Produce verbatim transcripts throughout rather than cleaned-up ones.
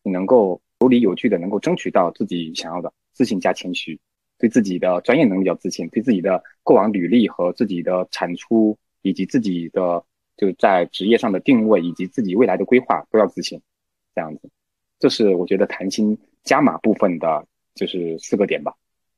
你能够有理有据的能够争取到自己想要的，自信加谦虚，对自己的专业能力要自信，对自己的过往履历和自己的产出以及自己的就在职业上的定位以及自己未来的规划都要自信，这样子。这是我觉得谈薪加码部分的，就是四个点吧。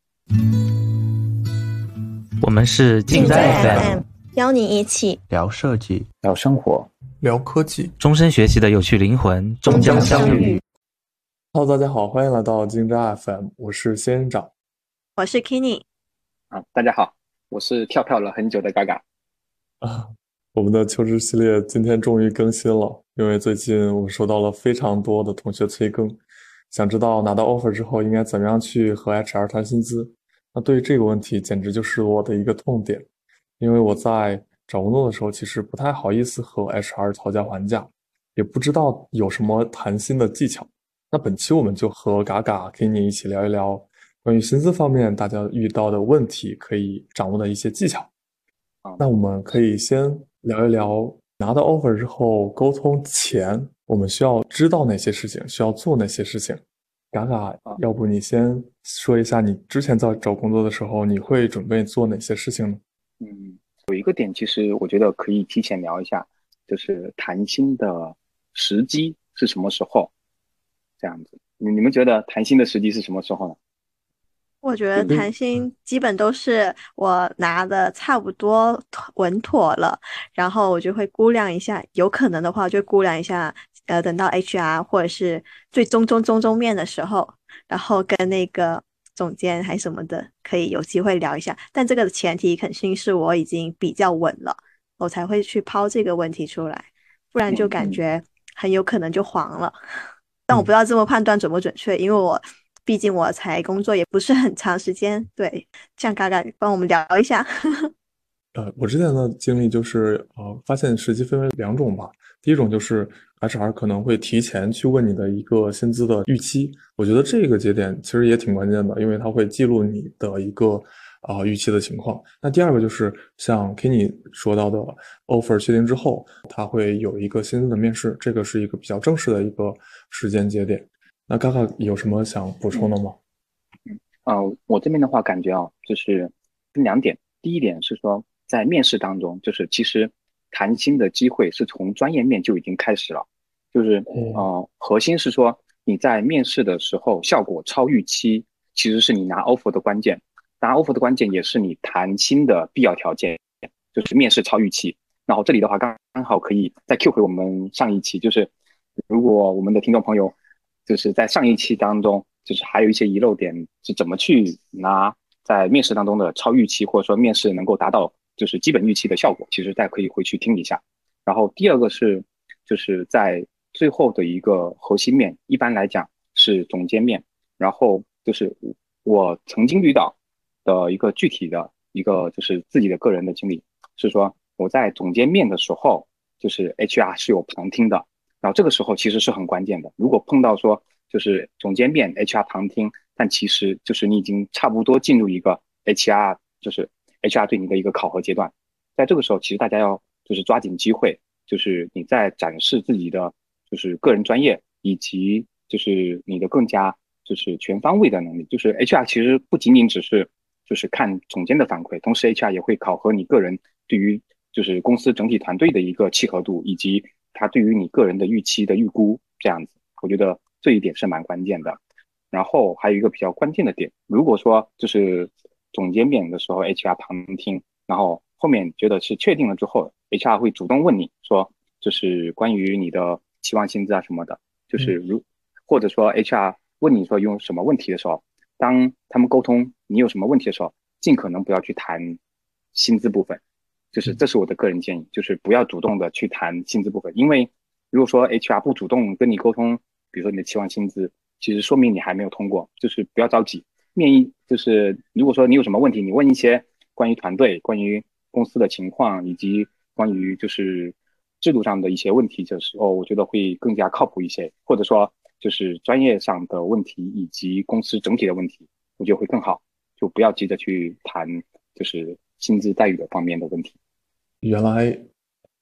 我们是尽在 F M， F M， 邀你一起聊设计， 聊生活， 聊科技， 终身学习的有趣灵魂终将相遇。 Hello， 大家好，欢迎来到金扎 F M， 我是仙人掌， 我是 Kenny。 啊，大家好，我是跳票了很久的嘎嘎。 啊，我们的求职系列今天终于更新了，因为最近我收到了非常多的同学催更，想知道拿到 offer 之后应该怎么样去和 H R 谈薪资。那对于这个问题，简直就是我的一个痛点，因为我在找工作的时候，其实不太好意思和 H R 讨价还价，也不知道有什么谈薪的技巧。那本期我们就和嘎嘎 Kenny 一起聊一聊关于薪资方面大家遇到的问题，可以掌握的一些技巧。那我们可以先聊一聊拿到 offer 之后沟通前我们需要知道哪些事情，需要做哪些事情。嘎嘎，要不你先说一下你之前在找工作的时候你会准备做哪些事情呢？ 嗯，有一个点其实我觉得可以提前聊一下，就是谈薪的时机是什么时候，这样子。你你们觉得谈薪的时机是什么时候呢？ 我觉得谈薪基本都是我拿的差不多稳妥了，然后我就会估量一下，有可能的话就估量一下，呃，等到 H R 或者是最中中中中面的时候，然后跟那个总监还什么的可以有机会聊一下。但这个前提肯定是我已经比较稳了，我才会去抛这个问题出来，不然就感觉很有可能就黄了。但我不知道这么判断准不准确，因为我毕竟我才工作也不是很长时间。对，像嘎嘎帮我们聊一下。 呃，我之前的经历就是，呃，发现时机分为两种吧。第一种就是 H R 可能会提前去问你的一个薪资的预期，我觉得这个节点其实也挺关键的，因为它会记录你的一个啊、呃、预期的情况。那第二个就是像 Kenny 说到的 offer 确定之后，它会有一个薪资的面试，这个是一个比较正式的一个时间节点。那嘎嘎有什么想补充的吗？ 嗯，呃，我这边的话感觉啊，就是分两点。第一点是说，在面试当中，就是其实谈薪的机会是从专业面就已经开始了，就是呃，核心是说你在面试的时候效果超预期，其实是你拿 offer 的关键，拿 offer 的关键也是你谈薪的必要条件，就是面试超预期。然后这里的话刚刚好可以再 Q 回我们上一期，就是如果我们的听众朋友就是在上一期当中，就是还有一些遗漏点是怎么去拿在面试当中的超预期，或者说面试能够达到就是基本预期的效果，其实大家可以回去听一下。然后第二个是就是在最后的一个核心面，一般来讲是总监面，然后就是我曾经遇到的一个具体的一个就是自己的个人的经历，是说我在总监面的时候，就是 H R 是有旁听的，然后这个时候其实是很关键的。如果碰到说就是总监面 H R 旁听，但其实就是你已经差不多进入一个 H R 就是 H R 对你的一个考核阶段，在这个时候其实大家要就是抓紧机会，就是你在展示自己的就是个人专业以及就是你的更加就是全方位的能力。就是 H R 其实不仅仅只是就是看总监的反馈，同时 H R 也会考核你个人对于就是公司整体团队的一个契合度，以及他对于你个人的预期的预估，这样子，我觉得这一点是蛮关键的。然后还有一个比较关键的点，如果说就是总监面的时候 H R 旁听，然后后面觉得是确定了之后，H R 会主动问你说，就是关于你的期望薪资啊什么的，就是如或者说 H R 问你说有什么问题的时候，当他们沟通你有什么问题的时候，尽可能不要去谈薪资部分，就是这是我的个人建议，就是不要主动的去谈薪资部分，因为如果说 H R 不主动跟你沟通，比如说你的期望薪资，其实说明你还没有通过，就是不要着急。面议就是如果说你有什么问题，你问一些关于团队、关于公司的情况，以及关于就是制度上的一些问题的时候，我觉得会更加靠谱一些，或者说就是专业上的问题以及公司整体的问题，我觉得会更好，就不要急着去谈就是薪资待遇的方面的问题。 原来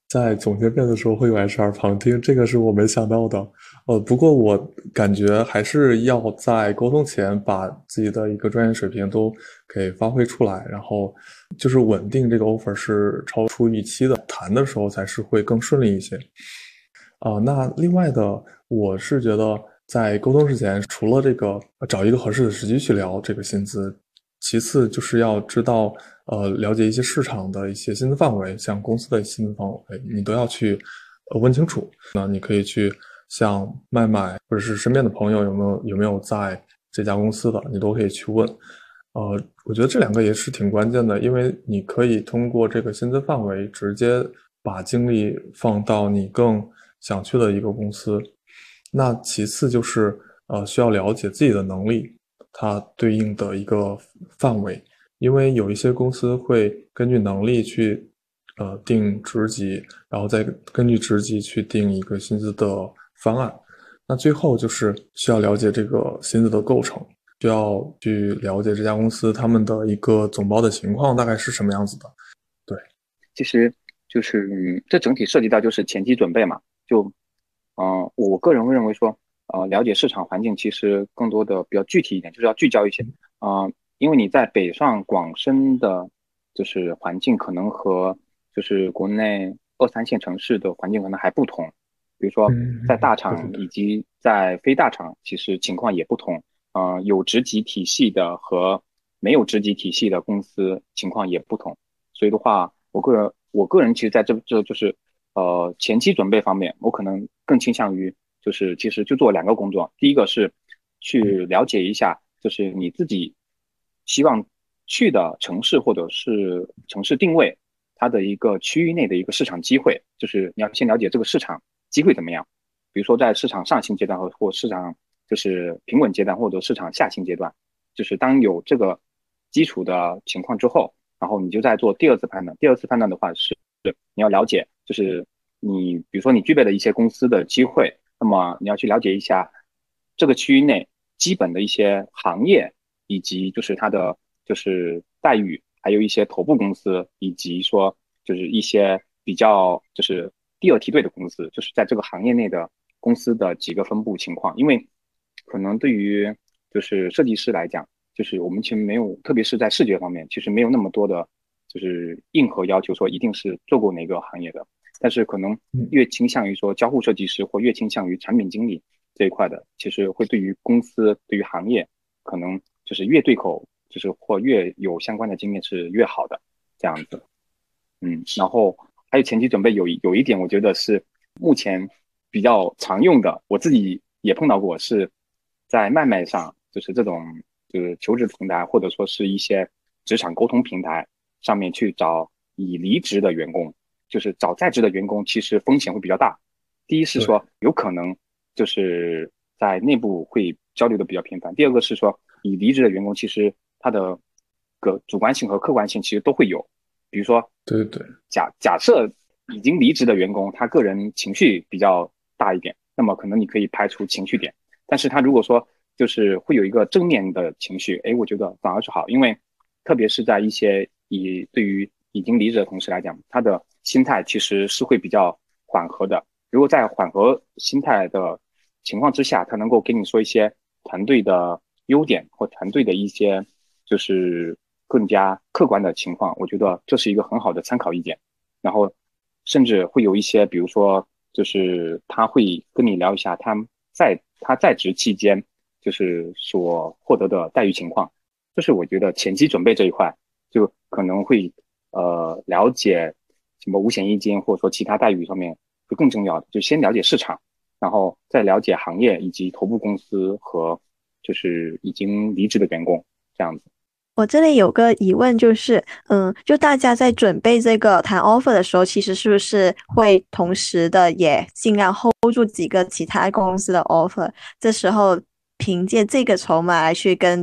在总结面的时候会有 H R 旁听，这个是我没想到的。呃，不过我感觉还是要在沟通前把自己的一个专业水平都给发挥出来，然后就是稳定这个 offer 是超出预期的，谈的时候才是会更顺利一些。啊、呃，那另外的，我是觉得在沟通之前，除了这个找一个合适的时机去聊这个薪资，其次就是要知道，呃，了解一些市场的一些薪资范围，像公司的薪资范围，你都要去呃问清楚。那你可以去向麦麦或者是身边的朋友有没有有没有在这家公司的，你都可以去问。呃，我觉得这两个也是挺关键的，因为你可以通过这个薪资范围直接把精力放到你更想去的一个公司。那其次就是呃需要了解自己的能力，它对应的一个范围，因为有一些公司会根据能力去呃定职级，然后再根据职级去定一个薪资的方案。那最后就是需要了解这个薪资的构成，需要去了解这家公司他们的一个总包的情况大概是什么样子的。对， 其实就是嗯，这整体涉及到就是前期准备嘛，就嗯、呃，我个人会认为说，呃，了解市场环境其实更多的比较具体一点，就是要聚焦一些啊、呃，因为你在北上广深的，就是环境可能和就是国内二三线城市的环境可能还不同，比如说在大厂以及在非大厂，其实情况也不同。呃，有职级体系的和没有职级体系的公司情况也不同。所以的话，我个人我个人其实在这这就是呃前期准备方面，我可能更倾向于就是其实就做两个工作。第一个是去了解一下，就是你自己希望去的城市或者是城市定位，它的一个区域内的一个市场机会，就是你要先了解这个市场机会怎么样。比如说在市场上行阶段和或市场就是平稳阶段或者市场下行阶段，就是当有这个基础的情况之后，然后你就再做第二次判断。第二次判断的话是你要了解，就是你比如说你具备了一些公司的机会，那么你要去了解一下这个区域内基本的一些行业，以及就是它的就是待遇，还有一些头部公司，以及说就是一些比较就是第二梯队的公司，就是在这个行业内的公司的几个分布情况。因为可能对于就是设计师来讲，就是我们其实没有，特别是在视觉方面，其实没有那么多的，就是硬核要求说一定是做过哪个行业的，但是可能越倾向于说交互设计师或越倾向于产品经理这一块的，其实会对于公司对于行业可能就是越对口，就是或越有相关的经验是越好的这样子。嗯，然后还有前期准备有有一点，我觉得是目前比较常用的，我自己也碰到过，是在麦麦上，就是这种就是求职平台或者说是一些职场沟通平台上面去找已离职的员工，就是找在职的员工，其实风险会比较大。第一是说有可能就是在内部会交流的比较频繁，第二个是说已离职的员工，其实他的个主观性和客观性其实都会有。比如说， 对对， 假假设已经离职的员工，他个人情绪比较大一点，那么可能你可以排除情绪点。但是他如果说就是会有一个正面的情绪，哎，我觉得反而是好，因为特别是在一些以对于已经离职的同事来讲，他的心态其实是会比较缓和的。如果在缓和心态的情况之下，他能够给你说一些团队的优点或团队的一些就是更加客观的情况，我觉得这是一个很好的参考意见。然后甚至会有一些，比如说就是他会跟你聊一下他在他在职期间就是所获得的待遇情况，这是我觉得前期准备这一块就可能会呃了解什么五险一金或者说其他待遇上面会更重要的，就先了解市场，然后再了解行业以及头部公司和就是已经离职的员工这样子。 我这里有个疑问，就是，嗯，就大家在准备这个谈 offer 的时候，其实是不是会同时的也尽量 hold 住几个其他公司的 offer？这时候凭借这个筹码来去跟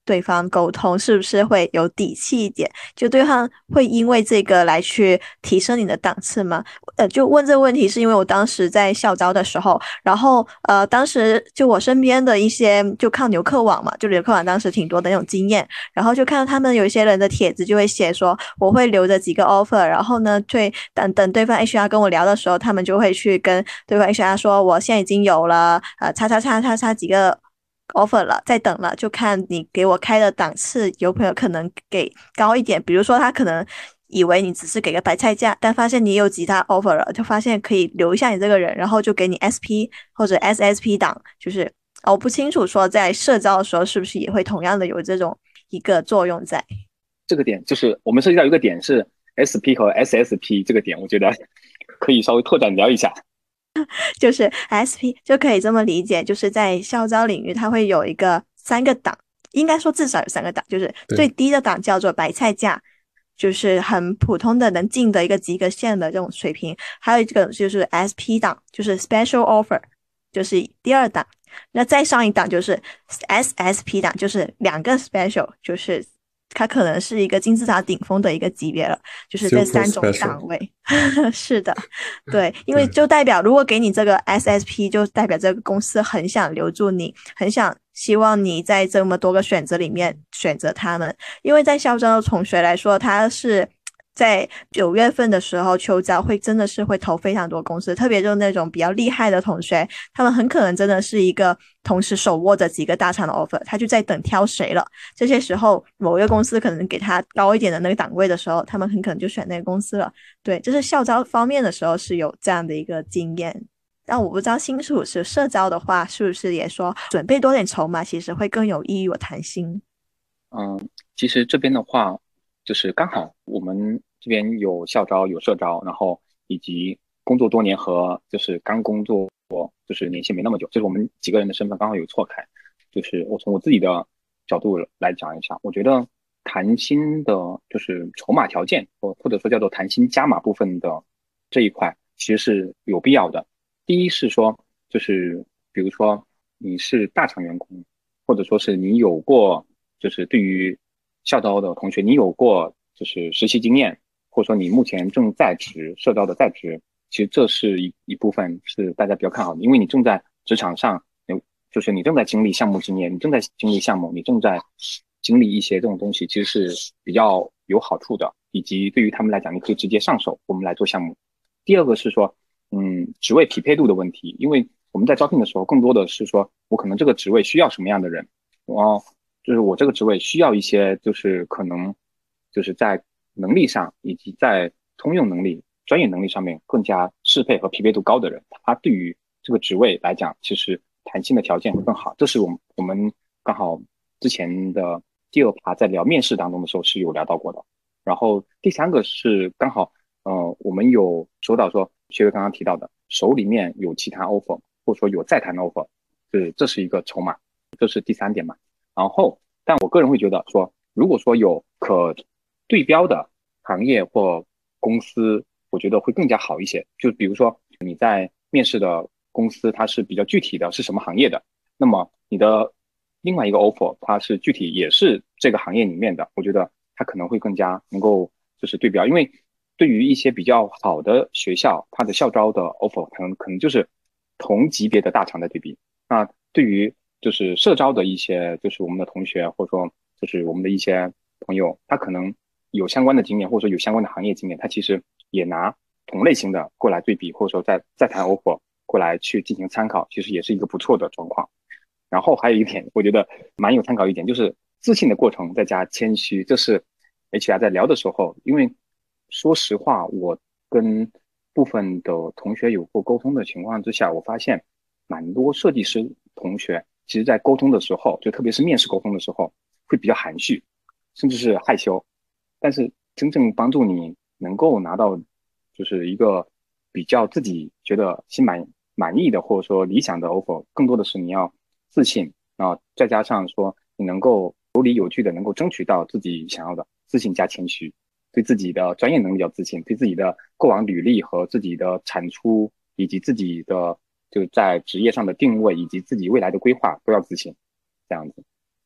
对方沟通，是不是会有底气一点？就对方会因为这个来去提升你的档次吗？呃，就问这个问题是因为我当时在校招的时候，然后呃，当时就我身边的一些就看牛客网嘛，就牛客网当时挺多的那种经验，然后就看到他们有一些人的帖子就会写说我会留着几个 offer，然后呢，对等等对方 H R 跟我聊的时候，他们就会去跟对方 H R 说我现在已经有了呃叉叉叉叉叉几个 offer 了，在等了，就看你给我开的档次有没有可能给高一点，比如说他可能以为你只是给个白菜价，但发现你有其他 offer 了，就发现可以留一下你这个人，然后就给你 S P 或者 S S P 档，就是我不清楚说在社招的时候是不是也会同样的有这种一个作用在。 这个点就是我们涉及到一个点是 S P 和 S S P 这个点，我觉得可以稍微拓展聊一下。 就是 S P 就可以这么理解，就是在校招领域它会有一个三个档，应该说至少有三个档，就是最低的档叫做白菜价，就是很普通的能进的一个及格线的这种水平，还有一个就是 S P 档，就是 Special Offer， 就是第二档，那再上一档就是 S S P 档，就是两个 Special， 就是它可能是一个金字塔顶峰的一个级别了，就是这三种档位。是的，对，因为就代表如果给你这个 S S P， 就代表这个公司很想留住你，很想希望你在这么多个选择里面选择他们。因为在校招的同学来说，他是在九月份的时候秋招会真的是会投非常多公司，特别就是那种比较厉害的同学，他们很可能真的是一个同时手握着几个大厂的 offer， 他就在等挑谁了。这些时候某一个公司可能给他高一点的那个档位的时候，他们很可能就选那个公司了。对，这是校招方面的时候是有这样的一个经验。但我不知道清楚是社招的话是不是也说准备多点筹码其实会更有益于我谈心。 嗯，其实这边的话就是刚好我们这边有校招有社招，然后以及工作多年和就是刚工作就是年限没那么久，就是我们几个人的身份刚好有错开。就是我从我自己的角度来讲一下，我觉得谈薪的就是筹码条件或或者说叫做谈薪加码部分的这一块其实是有必要的。第一是说就是比如说你是大厂员工，或者说是你有过就是对于校招的同学你有过就是实习经验，或者说你目前正在职社招的在职，其实这是一一部分是大家比较看好的，因为你正在职场上有就是你正在经历项目经验，你正在经历项目，你正在经历一些这种东西，其实是比较有好处的，以及对于他们来讲你可以直接上手我们来做项目。第二个是说嗯，职位匹配度的问题，因为我们在招聘的时候更多的是说我可能这个职位需要什么样的人，我就是我这个职位需要一些就是可能就是在能力上以及在通用能力专业能力上面更加适配和匹配度高的人，他对于这个职位来讲其实弹性的条件会更好。这是我们我们刚好之前的第二趴在聊面试当中的时候是有聊到过的。然后第三个是刚好呃我们有说到说学伟刚刚提到的手里面有其他 offer 或者说有在谈的 offer， 是这是一个筹码，这是第三点嘛。然后但我个人会觉得说如果说有可对标的行业或公司，我觉得会更加好一些。就比如说你在面试的公司它是比较具体的是什么行业的，那么你的另外一个 offer 它是具体也是这个行业里面的，我觉得它可能会更加能够就是对标。因为对于一些比较好的学校，它的校招的 offer 可能可能就是同级别的大厂的对比。那对于就是社招的一些就是我们的同学或者说就是我们的一些朋友，他可能有相关的经验或者说有相关的行业经验，他其实也拿同类型的过来对比，或者说再再谈 offer 过来去进行参考，其实也是一个不错的状况。然后还有一点我觉得蛮有参考一点，就是自信的过程再加谦虚。这是 H R 在聊的时候，因为说实话我跟部分的同学有过沟通的情况之下，我发现蛮多设计师同学其实在沟通的时候，就特别是面试沟通的时候会比较含蓄甚至是害羞，但是真正帮助你能够拿到就是一个比较自己觉得心满满意的或者说理想的 offer， 更多的是你要自信，然后再加上说你能够有理有据的能够争取到自己想要的，自信加谦虚，对自己的专业能力要自信，对自己的过往履历和自己的产出以及自己的就在职业上的定位以及自己未来的规划都要自信，这样子。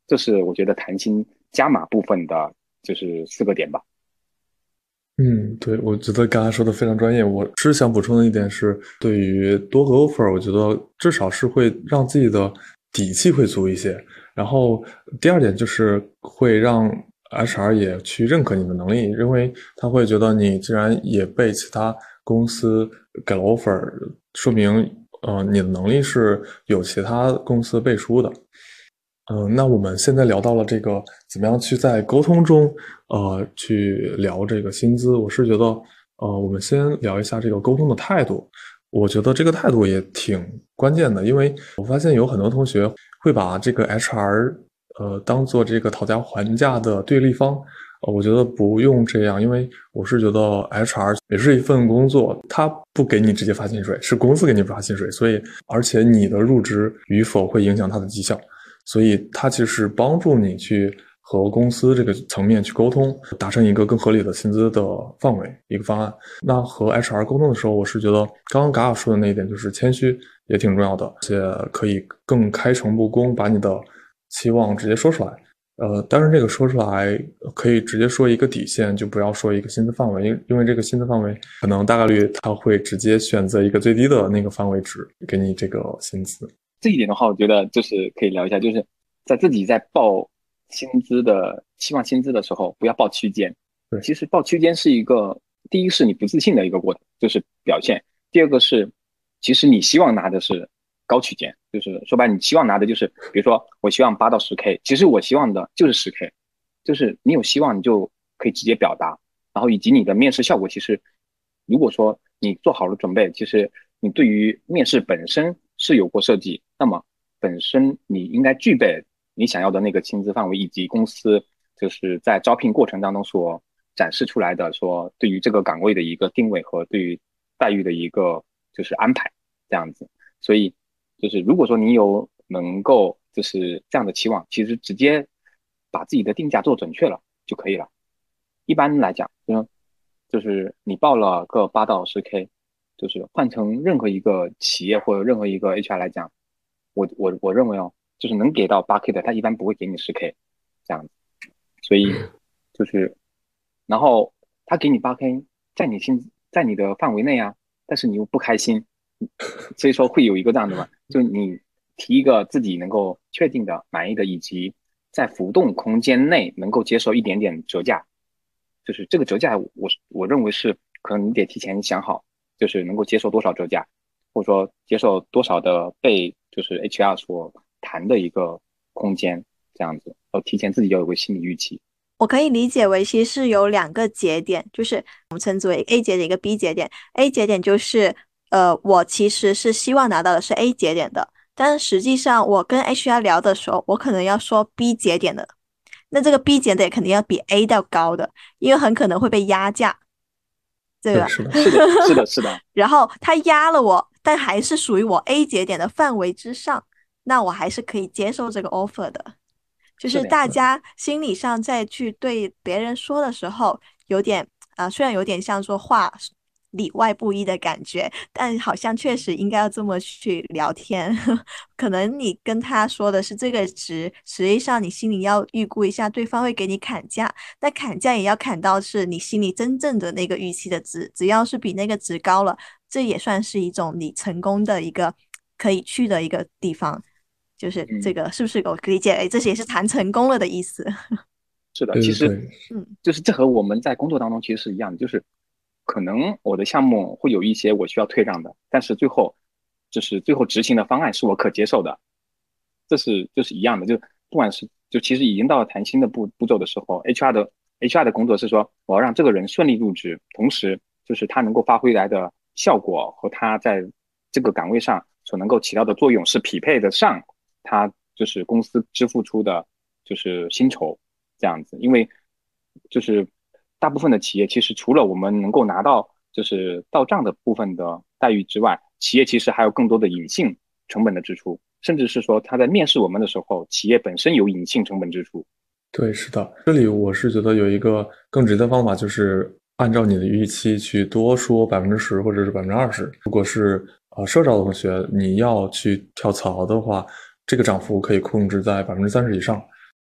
这是我觉得谈薪加码部分的就是四个点吧。 嗯，对，我觉得刚才说的非常专业。我是想补充的一点是，对于多个 offer，我觉得至少是会让自己的底气会足一些。然后第二点就是会让 H R 也去认可你的能力，因为他会觉得你既然也被其他公司给了 offer， 说明呃你的能力是有其他公司背书的。嗯、呃，那我们现在聊到了这个怎么样去在沟通中，呃，去聊这个薪资。我是觉得，呃，我们先聊一下这个沟通的态度。我觉得这个态度也挺关键的，因为我发现有很多同学会把这个 H R，呃，当做这个讨价还价的对立方。呃，我觉得不用这样，因为我是觉得 H R 也是一份工作，他不给你直接发薪水，是公司给你发薪水，所以而且你的入职与否会影响他的绩效。所以它其实是帮助你去和公司这个层面去沟通，达成一个更合理的薪资的范围一个方案。那和 H R 沟通的时候，我是觉得刚刚嘎嘎说的那一点就是谦虚也挺重要的，而且可以更开诚布公，把你的期望直接说出来。呃，当然这个说出来可以直接说一个底线，就不要说一个薪资范围，因因为这个薪资范围可能大概率他会直接选择一个最低的那个范围值给你这个薪资。 这一点的话，我觉得就是可以聊一下，就是在自己在报薪资的期望薪资的时候，不要报区间。 对， 其实报区间是一个，第一是你不自信的一个过程，就是表现；第二个是，其实你希望拿的是高区间，就是说白了，你希望拿的就是，比如说我希望八到十 K， 其实我希望的就是十 K， 就是你有希望你就可以直接表达，然后以及你的面试效果，其实如果说你做好了准备，其实你对于面试本身是有过设计，那么本身你应该具备你想要的那个薪资范围，以及公司就是在招聘过程当中所展示出来的说对于这个岗位的一个定位和对于待遇的一个就是安排这样子。所以就是如果说你有能够就是这样的期望，其实直接把自己的定价做准确了就可以了。一般来讲，就是你报了个八到十 K，就是换成任何一个企业或者任何一个 H R 来讲，我我我认为哦，就是能给到八 K 的，他一般不会给你十 K 这样子。所以就是，然后他给你八 K，在你心在你的范围内啊，但是你又不开心，所以说会有一个这样的嘛，就你提一个自己能够确定的、满意的，以及在浮动空间内能够接受一点点折价。就是这个折价我，我我认为是可能你得提前想好，就是能够接受多少折价，或者说接受多少的被就是 H R 所谈的一个空间，这样子，要提前自己要有个心理预期。 我可以理解为其实是有两个节点，就是我们称之为 A 节点一个 B 节点。A 节点就是呃，我其实是希望拿到的是 A 节点的，但是实际上我跟 H R 聊的时候，我可能要说 B 节点的。那这个 B 节点肯定要比 A 要高的，因为很可能会被压价，对吧？ 是的， 是的，是的，是的。 然后他压了我，但还是属于我 A 节点的范围之上，那我还是可以接受这个 offer 的。就是大家心理上在去对别人说的时候，有点啊、呃，虽然有点像说话里外不一的感觉，但好像确实应该要这么去聊天。可能你跟他说的是这个值，实际上你心里要预估一下对方会给你砍价，那砍价也要砍到是你心里真正的那个预期的值，只要是比那个值高了，这也算是一种你成功的一个可以去的一个地方。就是这个是不是我理解？哎，这也是谈成功了的意思。 是的，其实嗯， 就是这和我们在工作当中其实是一样的，就是可能我的项目会有一些我需要退让的，但是最后就是最后执行的方案是我可接受的，这是就是一样的。就不管是就其实已经到了谈薪的步步骤的时候，H R 的 H R 的工作是说我要让这个人顺利入职，同时就是他能够发挥来的效果和他在这个岗位上所能够起到的作用是匹配得上他就是公司支付出的就是薪酬这样子。因为就是大部分的企业其实除了我们能够拿到就是到账的部分的待遇之外，企业其实还有更多的隐性成本的支出，甚至是说他在面试我们的时候，企业本身有隐性成本支出。 对，是的，这里我是觉得有一个更直接的方法，就是按照你的预期去多说百分之十或者是百分之二十。如果是呃社招的同学，你要去跳槽的话，这个涨幅可以控制在百分之三十以上。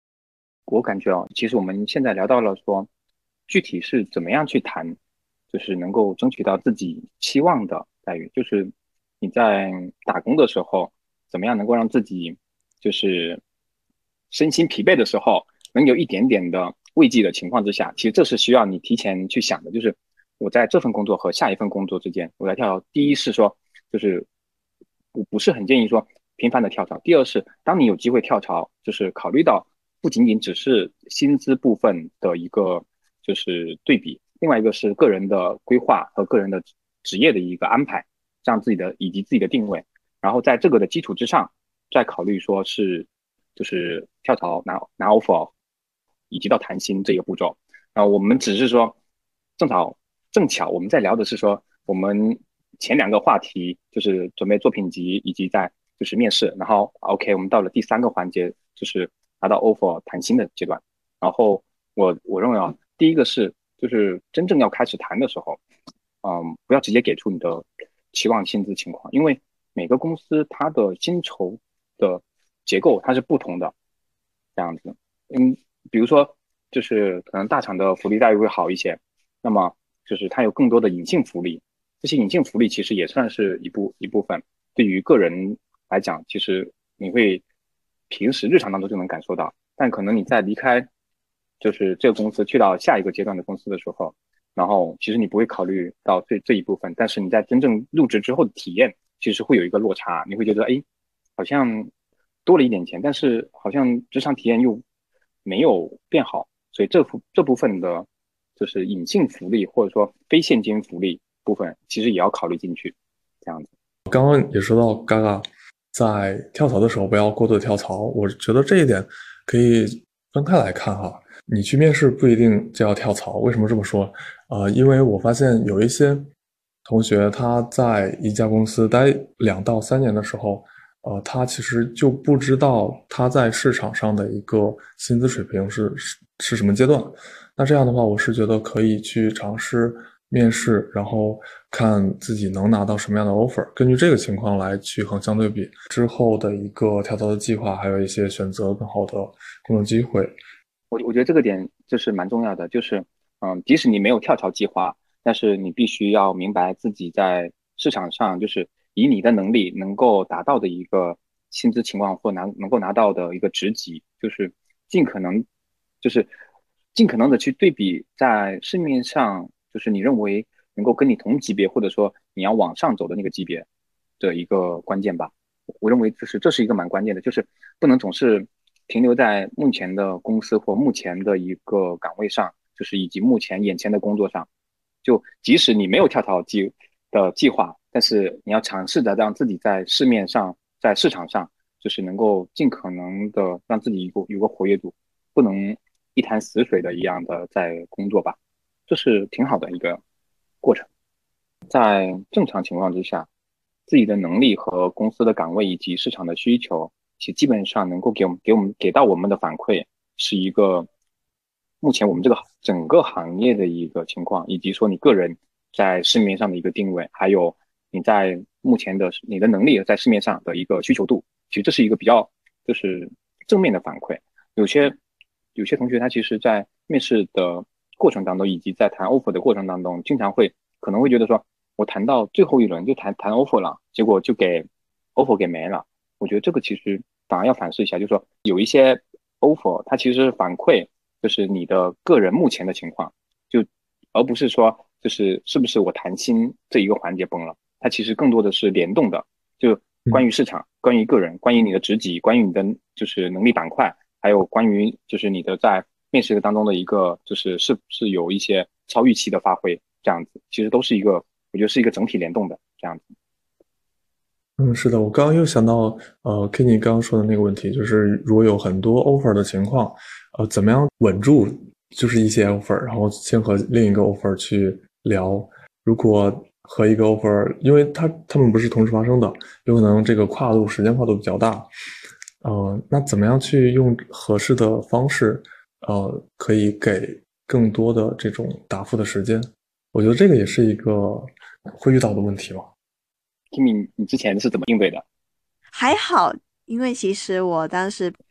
我感觉啊，其实我们现在聊到了说，具体是怎么样去谈，就是能够争取到自己期望的待遇，就是你在打工的时候，怎么样能够让自己就是身心疲惫的时候，能有一点点的慰藉的情况之下，其实这是需要你提前去想的，就是我在这份工作和下一份工作之间，我要跳槽。第一是说，就是我不是很建议说频繁的跳槽。第二是，当你有机会跳槽，就是考虑到不仅仅只是薪资部分的一个就是对比，另外一个是个人的规划和个人的职业的一个安排，这样自己的以及自己的定位，然后在这个的基础之上，再考虑说是就是跳槽拿拿 offer 以及到谈薪这个步骤。啊，我们只是说正好正巧我们在聊的是说我们前两个话题就是准备作品集以及在就是面试，然后 OK 我们到了第三个环节就是拿到 offer 谈薪的阶段。然后我我认为啊，第一个是就是真正要开始谈的时候，嗯，不要直接给出你的期望薪资情况，因为每个公司它的薪酬的结构它是不同的，这样子。嗯，比如说就是可能大厂的福利待遇会好一些，那么就是它有更多的隐性福利，这些隐性福利其实也算是一部一部分。对于个人来讲，其实你会平时日常当中就能感受到，但可能你在离开就是这个公司去到下一个阶段的公司的时候，然后其实你不会考虑到这这一部分，但是你在真正入职之后的体验，其实会有一个落差，你会觉得哎，好像多了一点钱，但是好像职场体验又没有变好，所以这部这部分的，就是隐性福利或者说非现金福利部分，其实也要考虑进去，这样子。 刚刚也说到，嘎嘎在跳槽的时候不要过度的跳槽，我觉得这一点可以分开来看哈。你去面试不一定就要跳槽，为什么这么说？呃，因为我发现有一些同学他在一家公司待两到三年的时候，呃，他其实就不知道他在市场上的一个薪资水平是是是什么阶段。那这样的话，我是觉得可以去尝试面试，然后看自己能拿到什么样的 offer， 根据这个情况来去横向对比之后的一个跳槽的计划，还有一些选择更好的工作机会。 我我觉得这个点就是蛮重要的，就是嗯，即使你没有跳槽计划，但是你必须要明白自己在市场上就是以你的能力能够达到的一个薪资情况或拿能够拿到的一个职级，就是尽可能就是尽可能的去对比在市面上就是你认为能够跟你同级别或者说你要往上走的那个级别的一个关键吧。我认为就是这是一个蛮关键的，就是不能总是停留在目前的公司或目前的一个岗位上，就是以及目前眼前的工作上。就即使你没有跳槽计的计划，但是你要尝试着让自己在市面上、在市场上，就是能够尽可能的让自己有个有个活跃度，不能一潭死水的一样的在工作吧，这是挺好的一个过程。在正常情况之下，自己的能力和公司的岗位以及市场的需求，其实基本上能够给我们给我们给到我们的反馈是一个目前我们这个整个行业的一个情况，以及说你个人在市面上的一个定位，还有你在目前的你的能力在市面上的一个需求度，其实这是一个比较就是正面的反馈。有些有些同学他其实在面试的过程当中，以及在谈 offer 的过程当中，经常会可能会觉得说，我谈到最后一轮就谈谈 offer 了，结果就给 offer 给没了。我觉得这个其实反而要反思一下，就是说有一些 offer 它其实是反馈就是你的个人目前的情况，就而不是说就是是不是我谈薪这一个环节崩了，它其实更多的是联动的，就关于市场、关于个人、关于你的职级、关于你的就是能力板块，还有关于就是你的在面试当中的一个就是是不是有一些超预期的发挥，这样子其实都是一个我觉得是一个整体联动的这样子。 嗯，是的，我刚刚又想到，呃，Kenny 刚刚说的那个问题，就是如果有很多 offer 的情况，呃，怎么样稳住就是一些 offer，然后先和另一个 offer 去聊。如果和一个 offer，因为它他们不是同时发生的，有可能这个跨度时间跨度比较大，呃，那怎么样去用合适的方式，呃，可以给更多的这种答复的时间？我觉得这个也是一个会遇到的问题嘛。 Kimi，你之前是怎么应对的？ 还好，因为其实我当时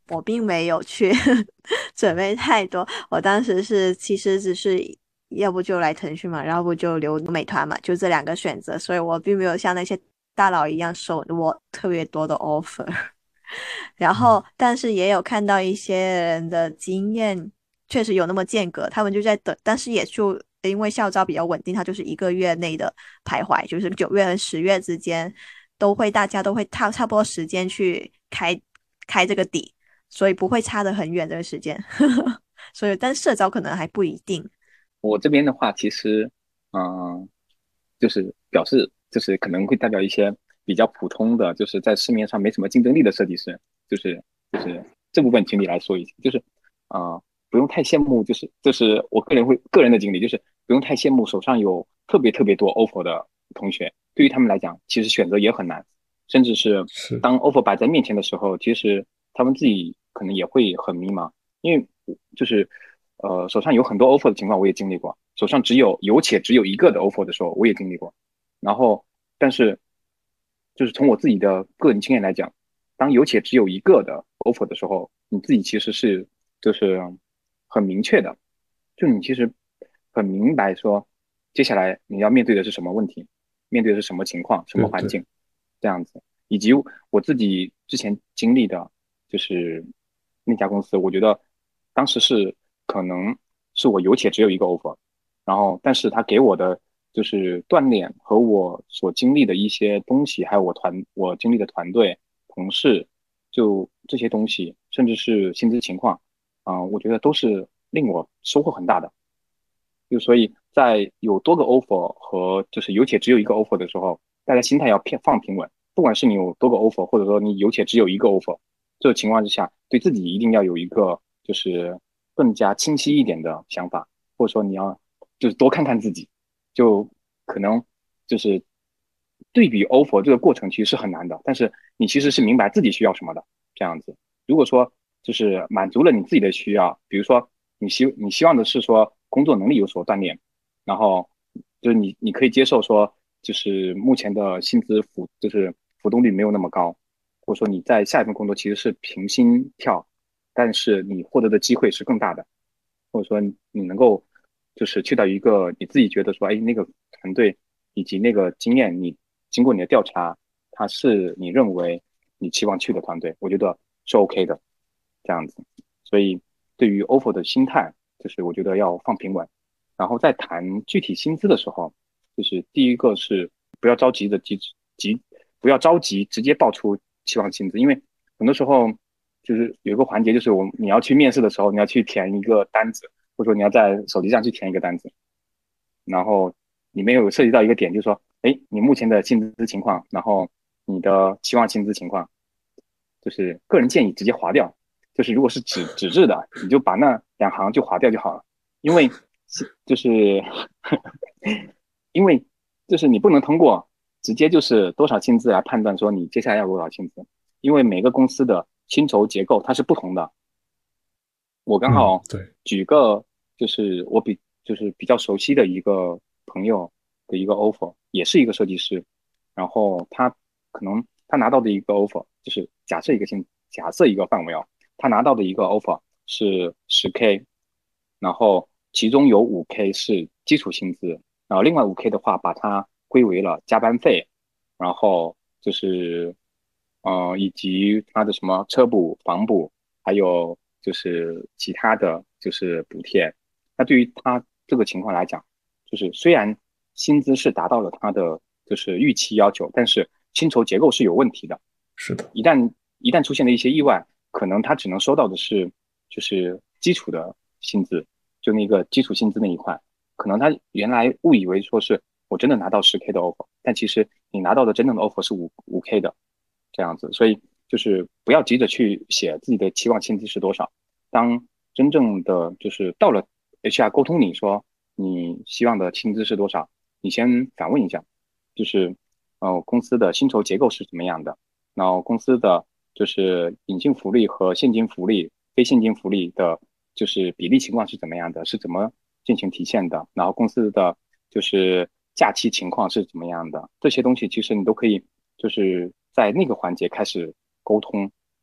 我并没有去准备太多，我当时是其实只是要不就来腾讯嘛，要不就留美团嘛，就这两个选择，所以我并没有像那些大佬一样收我特别多的 offer。然后，但是也有看到一些人的经验确实有那么间隔，他们就在等，但是也就因为校招比较稳定，它就是一个月内的徘徊，就是九月和十月之间都会大家都会差差不多时间去开开这个底，所以不会差得很远这个时间。所以，但社招可能还不一定。 我这边的话，其实，嗯、就是表示就是可能会代表一些比较普通的，就是在市面上没什么竞争力的设计师，就是就是这部分经历来说一下，就是啊、呃不用太羡慕，就是就是我个人会个人的经历，就是不用太羡慕手上有特别特别多 offer 的同学，对于他们来讲，其实选择也很难，甚至是是的， 当 offer 摆在面前的时候，其实他们自己可能也会很迷茫，因为就是呃手上有很多 offer 的情况我也经历过，手上只有有且只有一个的 offer 的时候我也经历过，然后但是就是从我自己的个人经验来讲，当有且只有一个的 offer 的时候，你自己其实是就是很明确的，就你其实很明白说接下来你要面对的是什么问题，面对的是什么情况、什么对对， 环境这样子，以及我自己之前经历的，就是那家公司，我觉得当时是可能是我有且只有一个 offer，然后但是他给我的就是锻炼和我所经历的一些东西，还有我团我经历的团队同事，就这些东西，甚至是薪资情况，啊、我觉得都是令我收获很大的。就所以在有多个 offer 和就是有且只有一个 offer 的时候，大家心态要偏放平稳。不管是你有多个 offer，或者说你有且只有一个 offer，这个情况之下，对自己一定要有一个就是更加清晰一点的想法，或者说你要就是多看看自己，就可能就是对比 offer 这个过程其实是很难的，但是你其实是明白自己需要什么的，这样子。如果说就是满足了你自己的需要，比如说你希你希望的是说工作能力有所锻炼，然后就是你你可以接受说就是目前的薪资浮就是浮动率没有那么高，或者说你在下一份工作其实是平薪跳，但是你获得的机会是更大的，或者说你你能够就是去到一个你自己觉得说，哎，那个团队以及那个经验，你经过你的调查，它是你认为你期望去的团队，我觉得是 OK 的，这样子。所以对于 offer 的心态，就是我觉得要放平稳，然后在谈具体薪资的时候，就是第一个是不要着急的急急，不要着急直接报出期望薪资，因为很多时候就是有一个环节，就是我你要去面试的时候，你要去填一个单子，或者说你要在手机上去填一个单子，然后里面有涉及到一个点，就是说，哎，你目前的薪资情况，然后你的期望薪资情况，就是个人建议直接划掉，就是如果是纸纸质的，你就把那两行就划掉就好了，因为就是因为就是你不能通过直接就是多少薪资来判断说你接下来要多少薪资，因为每个公司的薪酬结构它是不同的。我刚嗯， 好对， 举个就是我比就是比较熟悉的一个朋友的一个 offer，也是一个设计师，然后他可能他拿到的一个 offer 就是假设一个薪假设一个范围哦，他拿到的一个 offer 是十 k，然后其中有五 k 是基础薪资，然后另外五 k 的话把它归为了加班费，然后就是呃以及他的什么车补、房补。还有就是其他的就是补贴。那对于他这个情况来讲，就是虽然薪资是达到了他的就是预期要求，但是薪酬结构是有问题的。 是的， 一旦一旦出现了一些意外，可能他只能收到的是就是基础的薪资，就那个基础薪资那一块，可能他原来误以为说是我真的拿到十 k 的 offer，但其实你拿到的真正的 offer 是五五 k 的这样子，所以就是不要急着去写自己的期望薪资是多少，当真正的就是到了 H R 沟通你说你希望的薪资是多少，你先反问一下，就是呃公司的薪酬结构是怎么样的。然后公司的就是隐性福利和现金福利、非现金福利的，就是比例情况是怎么样的，是怎么进行体现的，然后公司的就是假期情况是怎么样的，这些东西其实你都可以就是在那个环节开始沟通，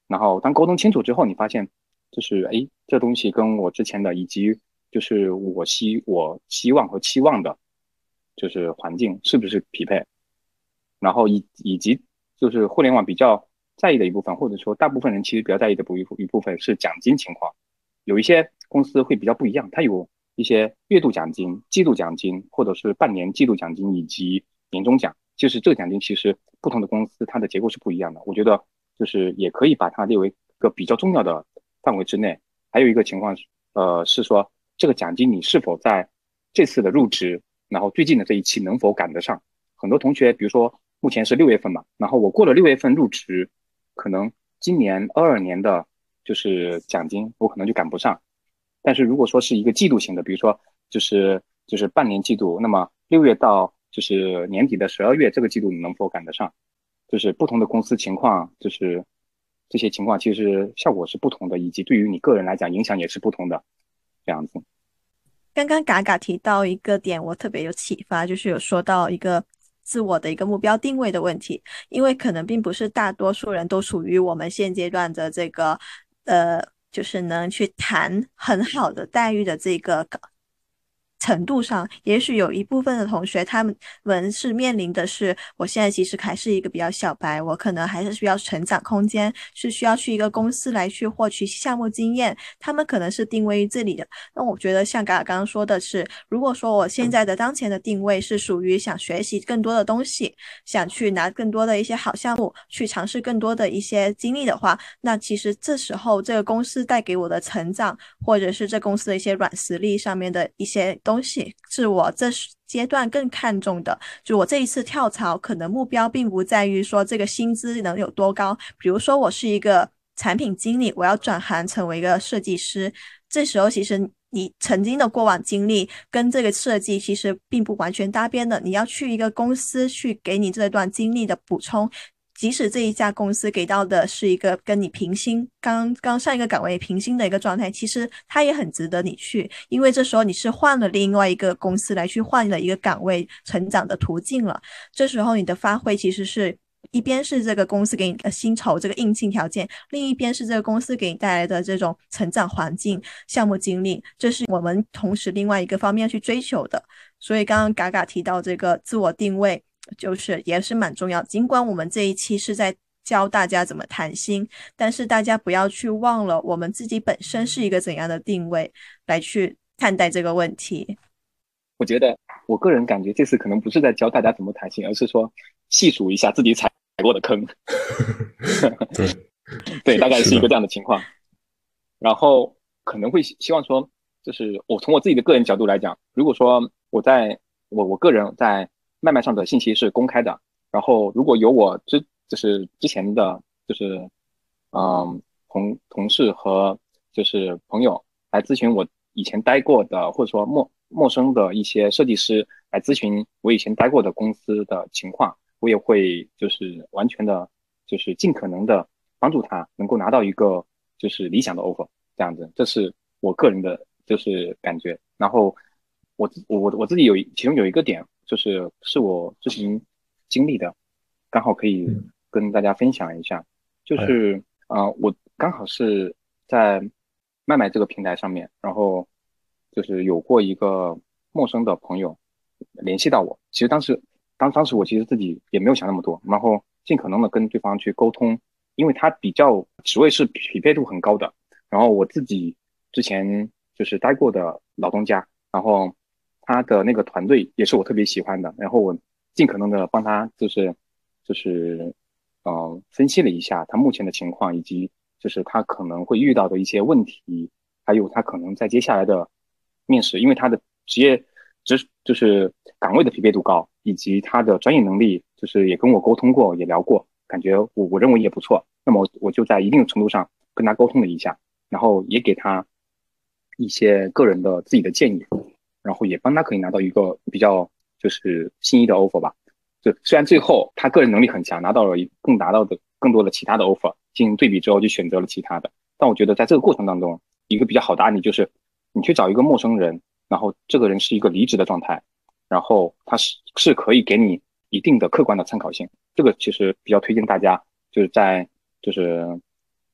然后当沟通清楚之后，你发现就是哎，这东西跟我之前的以及就是我希我希望和期望的，就是环境是不是匹配，然后以以及就是互联网比较在意的一部分，或者说大部分人其实比较在意的一一部分是奖金情况。有一些公司会比较不一样，它有一些月度奖金、季度奖金，或者是半年季度奖金以及年终奖。就是这个奖金其实不同的公司它的结构是不一样的。我觉得就是也可以把它列为一个比较重要的范围之内。还有一个情况是，呃，是说这个奖金你是否在这次的入职，然后最近的这一期能否赶得上？很多同学，比如说目前是六月份嘛，然后我过了六月份入职，可能今年二二年的就是奖金我可能就赶不上。但是如果说是一个季度型的，比如说就是就是半年季度，那么六月到就是年底的十二月这个季度你能否赶得上？就是不同的公司情况，就是这些情况其实效果是不同的，以及对于你个人来讲影响也是不同的，这样子。 刚刚嘎嘎提到一个点，我特别有启发，就是有说到一个自我的一个目标定位的问题，因为可能并不是大多数人都处于我们现阶段的这个呃，就是能去谈很好的待遇的这个程度上，也许有一部分的同学他们们是面临的是，我现在其实还是一个比较小白，我可能还是需要成长空间，是需要去一个公司来去获取项目经验，他们可能是定位于这里的。那我觉得像刚刚刚说的是，如果说我现在的当前的定位是属于想学习更多的东西，想去拿更多的一些好项目，去尝试更多的一些经历的话，那其实这时候这个公司带给我的成长，或者是这公司的一些软实力上面的一些东西，是我这阶段更看重的。就我这一次跳槽，可能目标并不在于说这个薪资能有多高，比如说我是一个产品经理，我要转行成为一个设计师，这时候其实你曾经的过往经历跟这个设计其实并不完全搭边的，你要去一个公司去给你这段经历的补充，即使这一家公司给到的是一个跟你平薪，刚刚上一个岗位平薪的一个状态，其实它也很值得你去，因为这时候你是换了另外一个公司来去换了一个岗位成长的途径了，这时候你的发挥其实是一边是这个公司给你的薪酬这个硬性条件，另一边是这个公司给你带来的这种成长环境、项目经历，这是我们同时另外一个方面去追求的。所以刚刚嘎嘎提到这个自我定位，就是也是蛮重要。尽管我们这一期是在教大家怎么谈心，但是大家不要去忘了我们自己本身是一个怎样的定位来去看待这个问题。 我觉得我个人感觉这次可能不是在教大家怎么谈心，而是说细数一下自己踩过的坑。 对对，大概是一个这样的情况。然后可能会希望说，就是我从我自己的个人角度来讲，如果说我在我我个人在麦麦上的信息是公开的，然后如果有我之就是之前的就是嗯同同事和就是朋友来咨询我以前待过的，或者说陌陌生的一些设计师来咨询我以前待过的公司的情况，我也会就是完全的，就是尽可能的帮助他能够拿到一个就是理想的 offer， 这样子，这是我个人的就是感觉。然后我我我自己有其中有一个点，就是是我之前经历的，刚好可以跟大家分享一下。就是呃，我刚好是在麦麦这个平台上面，然后就是有过一个陌生的朋友联系到我。其实当时当当时我其实自己也没有想那么多，然后尽可能的跟对方去沟通，因为他比较职位是匹配度很高的，然后我自己之前就是待过的老东家，然后他的那个团队也是我特别喜欢的，然后我尽可能的帮他就是就是呃分析了一下他目前的情况，以及就是他可能会遇到的一些问题，还有他可能在接下来的面试，因为他的职业职就是岗位的匹配度高，以及他的专业能力，就是也跟我沟通过，也聊过，感觉我我认为也不错。那么我就在一定程度上跟他沟通了一下，然后也给他一些个人的自己的建议，然后也帮他可以拿到一个比较就是心仪的 offer 吧。就虽然最后他个人能力很强，拿到了更拿到的更多的其他的 offer， 进行对比之后就选择了其他的。但我觉得在这个过程当中，一个比较好的案例就是你去找一个陌生人，然后这个人是一个离职的状态，然后他是是可以给你一定的客观的参考性。这个其实比较推荐大家就是在就是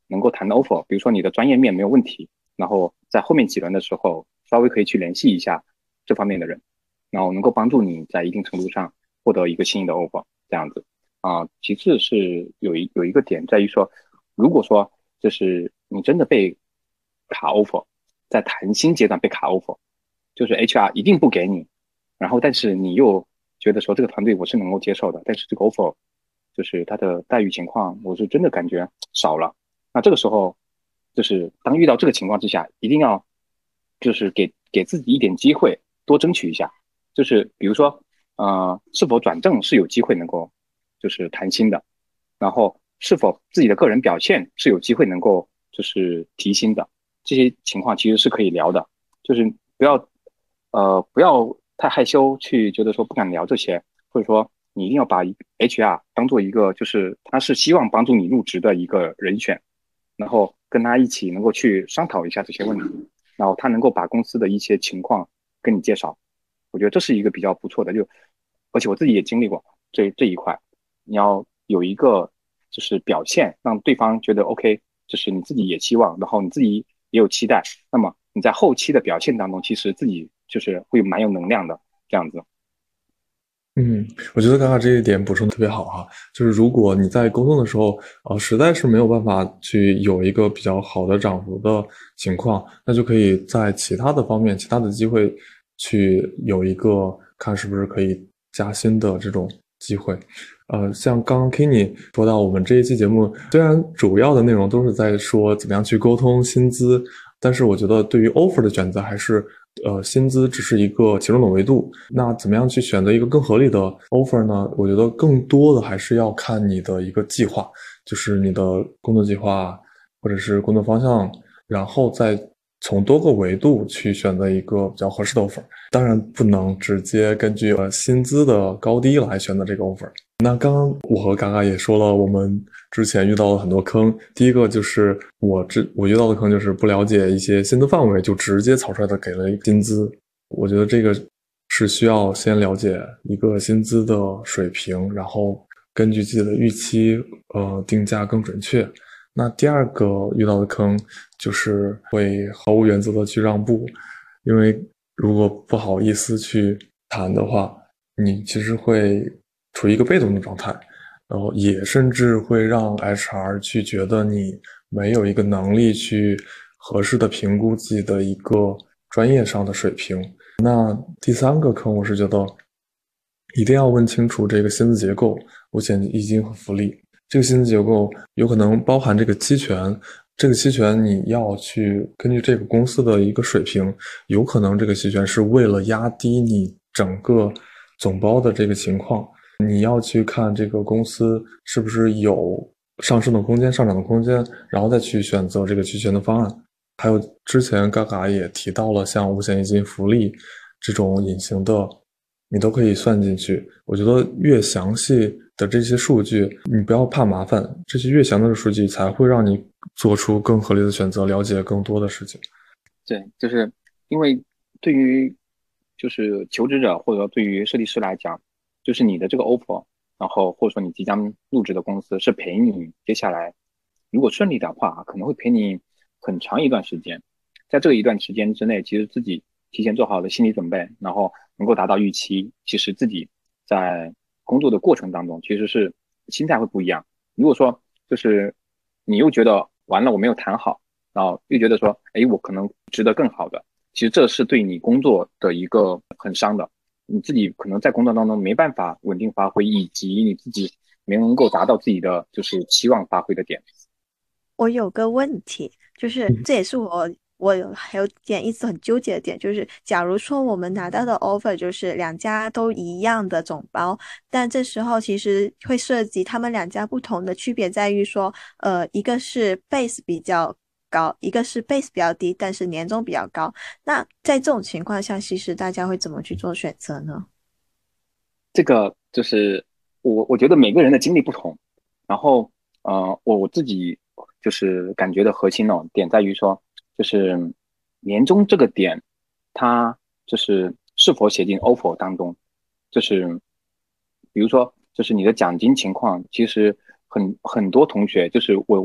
能够谈的 offer，比如说你的专业面没有问题，然后在后面几轮的时候稍微可以去联系一下这方面的人，然后能够帮助你在一定程度上获得一个新的 offer 这样子啊。其次是有一有一个点在于说，如果说就是你真的被卡 offer，在谈薪阶段被卡 offer，就是 H R 一定不给你，然后但是你又觉得说这个团队我是能够接受的，但是这个 offer 就是它的待遇情况我是真的感觉少了，那这个时候就是当遇到这个情况之下，一定要就是给给自己一点机会，多争取一下，就是比如说呃是否转正是有机会能够就是谈薪的，然后是否自己的个人表现是有机会能够就是提薪的，这些情况其实是可以聊的，就是不要呃不要太害羞去觉得说不敢聊这些，或者说你一定要把 H R 当做一个就是他是希望帮助你入职的一个人选，然后跟他一起能够去商讨一下这些问题，然后他能够把公司的一些情况跟你介绍，我觉得这是一个比较不错的，就而且我自己也经历过这这一块，你要有一个就是表现，让对方觉得 OK，就是你自己也希望，然后你自己也有期待，那么你在后期的表现当中，其实自己就是会蛮有能量的这样子。 嗯，我觉得刚刚这一点补充特别好哈，就是如果你在沟通的时候，呃，实在是没有办法去有一个比较好的涨幅的情况，那就可以在其他的方面、其他的机会去有一个看是不是可以加薪的这种机会。呃，像刚刚 Kenny 说到，我们这一期节目虽然主要的内容都是在说怎么样去沟通薪资，但是我觉得对于 offer 的选择还是呃，薪资只是一个其中的维度，那怎么样去选择一个更合理的 offer 呢？我觉得更多的还是要看你的一个计划，就是你的工作计划或者是工作方向，然后再从多个维度去选择一个比较合适的 offer。当然不能直接根据呃薪资的高低来选择这个 offer。那刚刚我和嘎嘎也说了，我们之前遇到了很多坑。第一个就是我这我遇到的坑就是不了解一些薪资范围，就直接草率的给了薪资。我觉得这个是需要先了解一个薪资的水平，然后根据自己的预期，呃，定价更准确。那第二个遇到的坑就是会毫无原则的去让步，因为如果不好意思去谈的话，你其实会处于一个被动的状态，然后也甚至会让 H R 去觉得你没有一个能力去合适的评估自己的一个专业上的水平。那第三个坑，我是觉得一定要问清楚这个薪资结构、五险一金和福利。这个薪资结构有可能包含这个期权，这个期权你要去根据这个公司的一个水平，有可能这个期权是为了压低你整个总包的这个情况，你要去看这个公司是不是有上升的空间、上涨的空间，然后再去选择这个期权的方案。还有之前嘎嘎也提到了像五险一金、福利这种隐形的，你都可以算进去。我觉得越详细的这些数据，你不要怕麻烦，这些越详细的数据才会让你做出更合理的选择，了解更多的事情。 对，就是因为对于就是求职者或者说对于设计师来讲，就是你的这个 offer， 然后或者说你即将入职的公司是陪你接下来，如果顺利的话，可能会陪你很长一段时间。在这一段时间之内，其实自己提前做好了心理准备，然后能够达到预期，其实自己在工作的过程当中，其实是心态会不一样。如果说就是你又觉得完了我没有谈好，然后又觉得说，哎，我可能值得更好的，其实这是对你工作的一个很伤的。你自己可能在工作当中没办法稳定发挥，以及你自己没能够达到自己的就是期望发挥的点。 我有个问题，就是这也是我我有还有点一直很纠结的点，就是假如说我们拿到的 offer 就是两家都一样的总包，但这时候其实会涉及他们两家不同的区别在于说，呃，一个是 base 比较高，一个是 base 比较低，但是年终比较高。那在这种情况下，其实大家会怎么去做选择呢？ 这个就是我我觉得每个人的经历不同，然后呃，我我自己就是感觉的核心哦点在于说，就是年终这个点，它就是是否写进 offer 当中，就是比如说就是你的奖金情况，其实很很多同学就是我我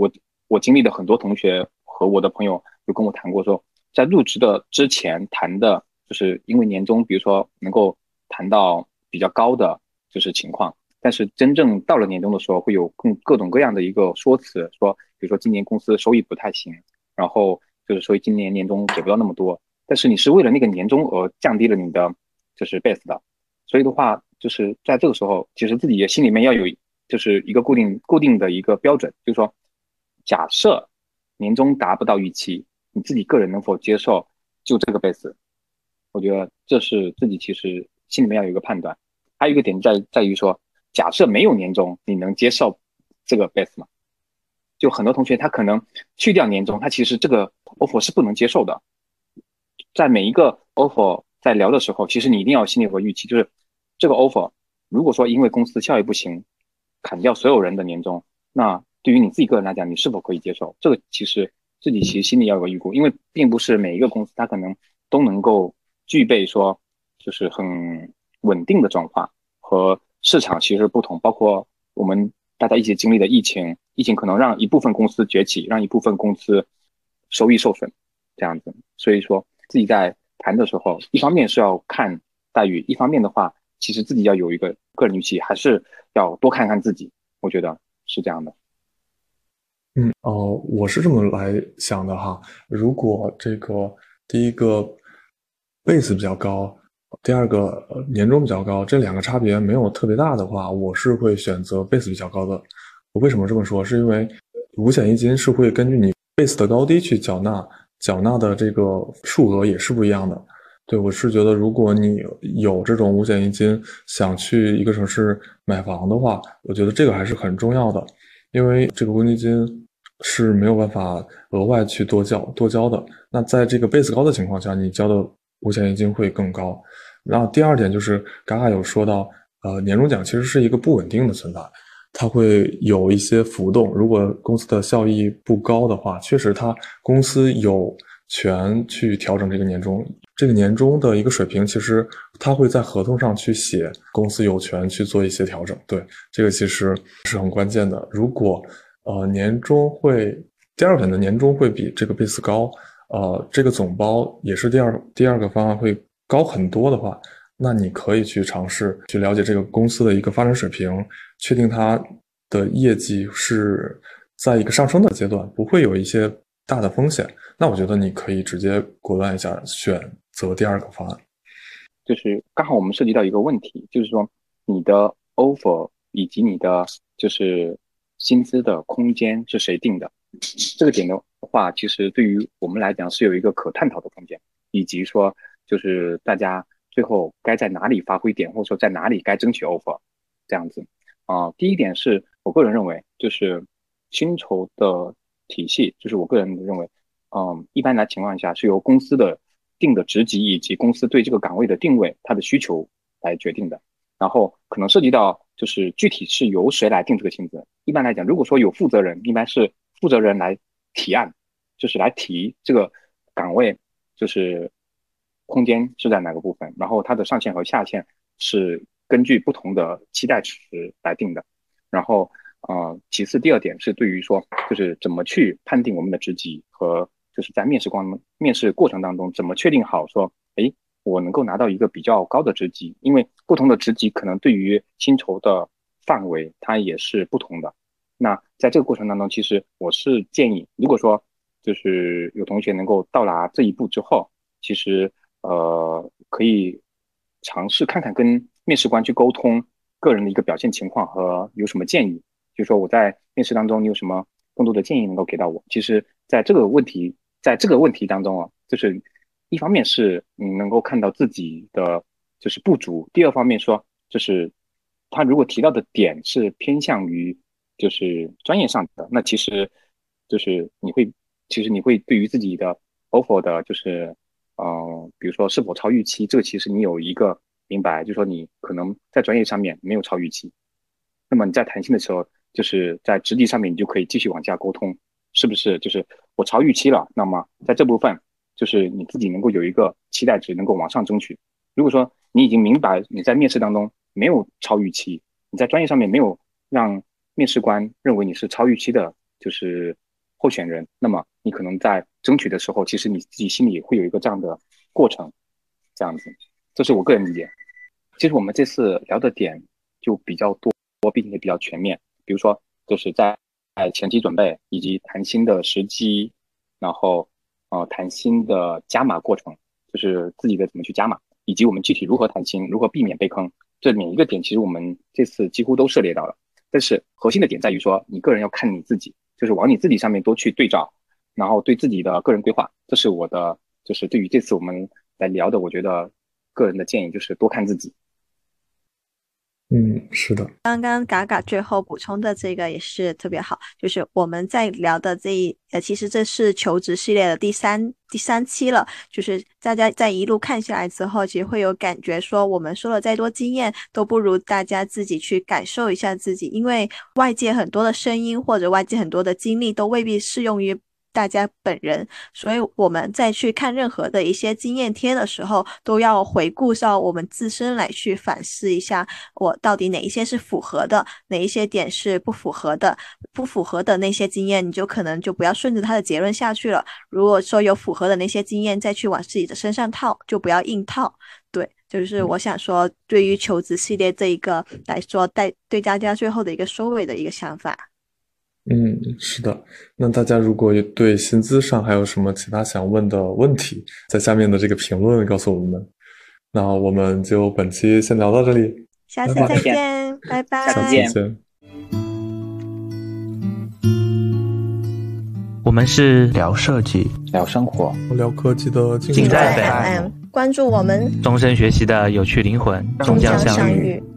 我经历的很多同学和我的朋友有跟我谈过说，在入职的之前谈的，就是因为年终，比如说能够谈到比较高的就是情况，但是真正到了年终的时候，会有更各种各样的一个说辞，说比如说今年公司收益不太行，然后就是说今年年终给不到那么多，但是你是为了那个年终而降低了你的就是 base 的，所以的话，就是在这个时候，其实自己也心里面要有就是一个固定固定的一个标准，就是说，假设年终达不到预期，你自己个人能否接受就这个 base？我觉得这是自己其实心里面要有一个判断。还有一个点在在于说，假设没有年终，你能接受这个 base 吗？就很多同学他可能去掉年终，他其实这个 offer 是不能接受的。在每一个 offer 在聊的时候，其实你一定要心里有个预期，就是这个 offer 如果说因为公司效益不行，砍掉所有人的年终，那对于你自己个人来讲，你是否可以接受？这个其实自己其实心里要有个预估，因为并不是每一个公司它可能都能够具备说就是很稳定的转化，和市场其实不同，包括我们大家一起经历的疫情，疫情可能让一部分公司崛起，让一部分公司收益受损，这样子。所以说自己在谈的时候，一方面是要看待遇，一方面的话，其实自己要有一个个人预期，还是要多看看自己，我觉得是这样的。 嗯，哦，我是这么来想的哈。如果这个第一个 base 比较高，第二个呃年终比较高，这两个差别没有特别大的话，我是会选择 base 比较高的。我为什么这么说？是因为五险一金是会根据你 base 的高低去缴纳，缴纳的这个数额也是不一样的。对，我是觉得，如果你有这种五险一金，想去一个城市买房的话，我觉得这个还是很重要的。因为这个公积金是没有办法额外去多交多交的。那在这个 base 高的情况下，你交的五险一金会更高。然后第二点就是嘎嘎有说到，呃，年终奖其实是一个不稳定的存在，它会有一些浮动。如果公司的效益不高的话，确实它公司有权去调整这个年终。这个年终的一个水平，其实它会在合同上去写，公司有权去做一些调整。对，这个其实是很关键的。如果呃年终会第二点的年终会比这个 base 高，呃，这个总包也是第二第二个方案会高很多的话，那你可以去尝试去了解这个公司的一个发展水平，确定它的业绩是在一个上升的阶段，不会有一些大的风险。那我觉得你可以直接果断一下选择第二个方案。 就是刚好我们涉及到一个问题，就是说你的 offer 以及你的就是薪资的空间是谁定的？这个点的话，其实对于我们来讲是有一个可探讨的空间，以及说就是大家最后该在哪里发挥点，或者说在哪里该争取 offer 这样子啊、呃。第一点是我个人认为，就是薪酬的体系，就是我个人认为，嗯，一般来情况下是由公司的定的职级以及公司对这个岗位的定位，它的需求来决定的。然后可能涉及到就是具体是由谁来定这个薪资。一般来讲，如果说有负责人，一般是负责人来提案，就是来提这个岗位就是空间是在哪个部分，然后它的上限和下限是根据不同的期待值来定的。然后呃，其次第二点是对于说就是怎么去判定我们的职级和就是在面试光面试过程当中怎么确定好说，诶，我能够拿到一个比较高的职级，因为不同的职级可能对于薪酬的范围它也是不同的。那在这个过程当中，其实我是建议，如果说就是有同学能够到达这一步之后，其实呃可以尝试看看跟面试官去沟通个人的一个表现情况和有什么建议，就是说我在面试当中你有什么更多的建议能够给到我。其实在这个问题，在这个问题当中啊，就是一方面是你能够看到自己的就是不足，第二方面说就是他如果提到的点是偏向于就是专业上的，那其实就是你会其实你会对于自己的 offer 的就是呃比如说是否超预期，这个其实你有一个明白，就是说你可能在专业上面没有超预期，那么你在谈薪的时候，就是在职级上面你就可以继续往下沟通，是不是就是我超预期了，那么在这部分就是你自己能够有一个期待值能够往上争取。如果说你已经明白你在面试当中没有超预期，你在专业上面没有让面试官认为你是超预期的，就是候选人，那么你可能在争取的时候，其实你自己心里会有一个这样的过程，这样子，这是我个人理解。其实我们这次聊的点就比较多，并且比较全面，比如说就是在前期准备，以及谈薪的时机，然后呃谈薪的加码过程，就是自己的怎么去加码，以及我们具体如何谈薪，如何避免被坑，这每一个点其实我们这次几乎都涉猎到了。但是核心的点在于说，你个人要看你自己，就是往你自己上面多去对照，然后对自己的个人规划，这是我的，就是对于这次我们来聊的，我觉得个人的建议就是多看自己。 嗯，是的。 刚刚嘎嘎最后补充的这个也是特别好，就是我们在聊的这一呃，其实这是求职系列的第三第三期了，就是大家在一路看下来之后，其实会有感觉说，我们说了再多经验，都不如大家自己去感受一下自己，因为外界很多的声音或者外界很多的经历都未必适用于大家本人，所以我们在去看任何的一些经验贴的时候，都要回顾到我们自身来去反思一下，我到底哪一些是符合的，哪一些点是不符合的，不符合的那些经验，你就可能就不要顺着他的结论下去了。如果说有符合的那些经验，再去往自己的身上套，就不要硬套。对，就是我想说，对于求职系列这一个来说，带对大家最后的一个收尾的一个想法。 嗯，是的。那大家如果对薪资上还有什么其他想问的问题，在下面的这个评论告诉我们。那我们就本期先聊到这里， 下次再见，拜拜。 下次见。 我们是聊设计、 聊生活、 聊科技的尽在 F M， 关注我们， 终身学习的有趣灵魂终将相遇。